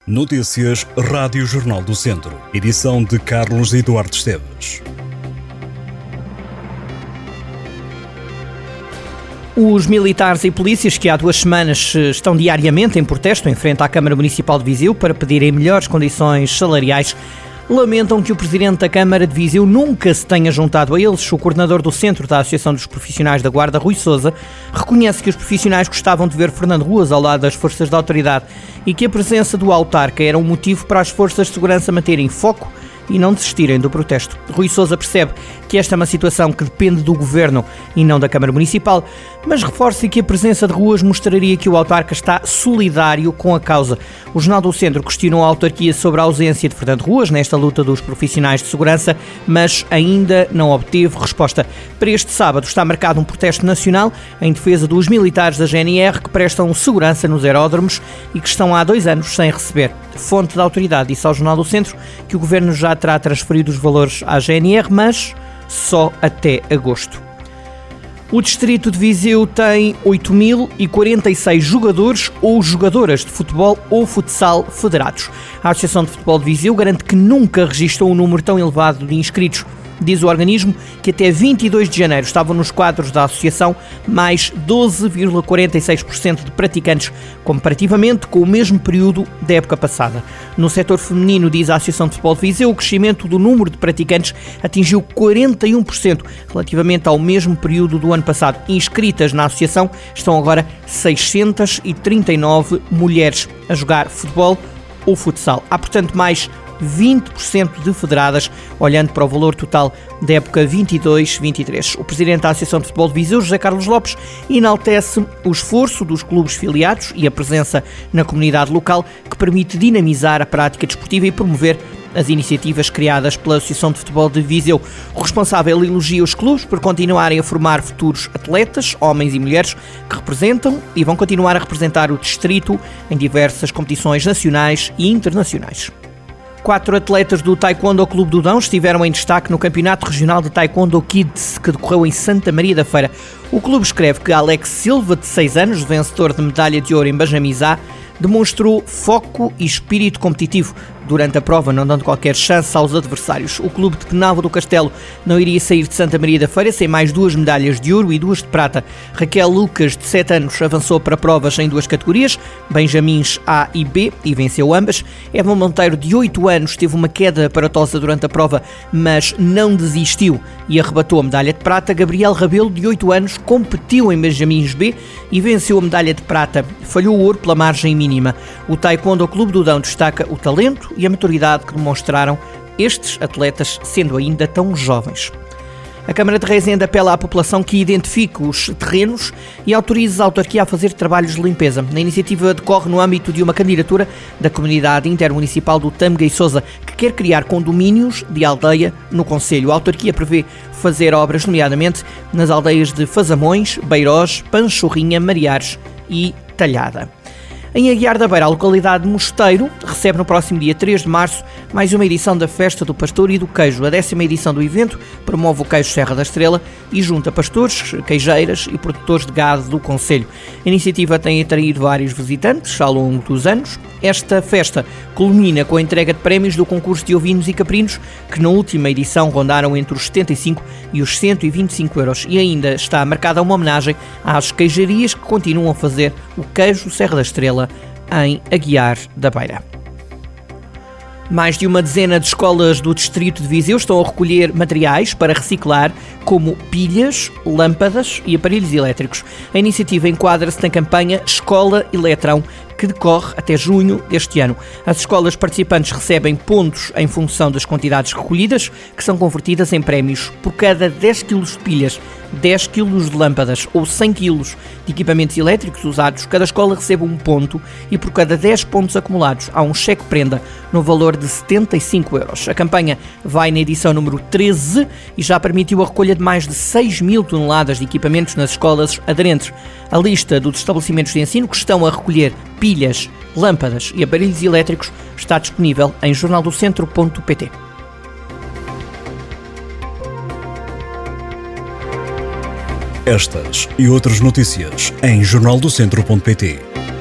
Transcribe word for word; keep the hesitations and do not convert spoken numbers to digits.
Notícias Rádio Jornal do Centro. Edição de Carlos Eduardo Esteves. Os militares e polícias que há duas semanas estão diariamente em protesto em frente à Câmara Municipal de Viseu para pedirem melhores condições salariais lamentam que o Presidente da Câmara de Viseu nunca se tenha juntado a eles. O coordenador do Centro da Associação dos Profissionais da Guarda, Rui Sousa, reconhece que os profissionais gostavam de ver Fernando Ruas ao lado das forças da autoridade e que a presença do autarca era um motivo para as forças de segurança manterem foco e não desistirem do protesto. Rui Sousa percebe que esta é uma situação que depende do Governo e não da Câmara Municipal, mas reforça que a presença de Ruas mostraria que o autarca está solidário com a causa. O Jornal do Centro questionou a autarquia sobre a ausência de Fernando Ruas nesta luta dos profissionais de segurança, mas ainda não obteve resposta. Para este sábado está marcado um protesto nacional em defesa dos militares da G N R que prestam segurança nos aeródromos e que estão há dois anos sem receber. Fonte da autoridade disse ao Jornal do Centro que o Governo já terá transferido os valores à G N R, mas só até agosto. O distrito de Viseu tem oito mil e quarenta e seis jogadores ou jogadoras de futebol ou futsal federados. A Associação de Futebol de Viseu garante que nunca registrou um número tão elevado de inscritos. Diz o organismo que até vinte e dois de janeiro estavam nos quadros da associação mais doze vírgula quarenta e seis por cento de praticantes, comparativamente com o mesmo período da época passada. No setor feminino, diz a Associação de Futebol de Viseu, o crescimento do número de praticantes atingiu quarenta e um por cento relativamente ao mesmo período do ano passado. Inscritas na associação estão agora seiscentas e trinta e nove mulheres a jogar futebol ou futsal. Há, portanto, mais vinte por cento de federadas, olhando para o valor total da época vinte e dois vinte e três. O presidente da Associação de Futebol de Viseu, José Carlos Lopes, enaltece o esforço dos clubes filiados e a presença na comunidade local que permite dinamizar a prática desportiva e promover as iniciativas criadas pela Associação de Futebol de Viseu. O responsável elogia os clubes por continuarem a formar futuros atletas, homens e mulheres, que representam e vão continuar a representar o distrito em diversas competições nacionais e internacionais. Quatro atletas do Taekwondo Clube do Dão estiveram em destaque no Campeonato Regional de Taekwondo Kids, que decorreu em Santa Maria da Feira. O clube escreve que Alex Silva, de seis anos, vencedor de medalha de ouro em Benjamizá, demonstrou foco e espírito competitivo durante a prova, não dando qualquer chance aos adversários. O clube de Penalva do Castelo não iria sair de Santa Maria da Feira sem mais duas medalhas de ouro e duas de prata. Raquel Lucas, de sete anos, avançou para provas em duas categorias, Benjamins A e B, e venceu ambas. Eva Monteiro, de oito anos, teve uma queda aparatosa durante a prova, mas não desistiu e arrebatou a medalha de prata. Gabriel Rabelo, de oito anos, competiu em Benjamins B e venceu a medalha de prata. Falhou o ouro pela margem mínima. O Taekwondo Clube do Dão destaca o talento e a maturidade que demonstraram estes atletas, sendo ainda tão jovens. A Câmara de Rezende apela à população que identifique os terrenos e autorize a autarquia a fazer trabalhos de limpeza. A iniciativa decorre no âmbito de uma candidatura da Comunidade Intermunicipal do Tâmega e Sousa, que quer criar condomínios de aldeia no concelho. A autarquia prevê fazer obras, nomeadamente nas aldeias de Fazamões, Beirós, Panchorrinha, Mariares e Talhada. Em Aguiar da Beira, a localidade de Mosteiro recebe no próximo dia três de março mais uma edição da Festa do Pastor e do Queijo. A décima edição do evento promove o queijo Serra da Estrela e junta pastores, queijeiras e produtores de gado do concelho. A iniciativa tem atraído vários visitantes ao longo dos anos. Esta festa culmina com a entrega de prémios do concurso de ovinos e caprinos, que na última edição rondaram entre os setenta e cinco e os cento e vinte e cinco euros. E ainda está marcada uma homenagem às queijarias que continuam a fazer o queijo Serra da Estrela em Aguiar da Beira. Mais de uma dezena de escolas do distrito de Viseu estão a recolher materiais para reciclar, como pilhas, lâmpadas e aparelhos elétricos. A iniciativa enquadra-se na campanha Escola Eletrão, que decorre até junho deste ano. As escolas participantes recebem pontos em função das quantidades recolhidas, que são convertidas em prémios. Por cada dez quilos de pilhas, dez quilos de lâmpadas ou cem quilos de equipamentos elétricos usados, cada escola recebe um ponto e por cada dez pontos acumulados há um cheque-prenda no valor de setenta e cinco euros. A campanha vai na edição número treze e já permitiu a recolha de mais de seis mil toneladas de equipamentos nas escolas aderentes. A lista dos estabelecimentos de ensino que estão a recolher pilhas, lâmpadas e aparelhos elétricos está disponível em jornal do centro ponto pt. Estas e outras notícias em jornal do centro ponto pt.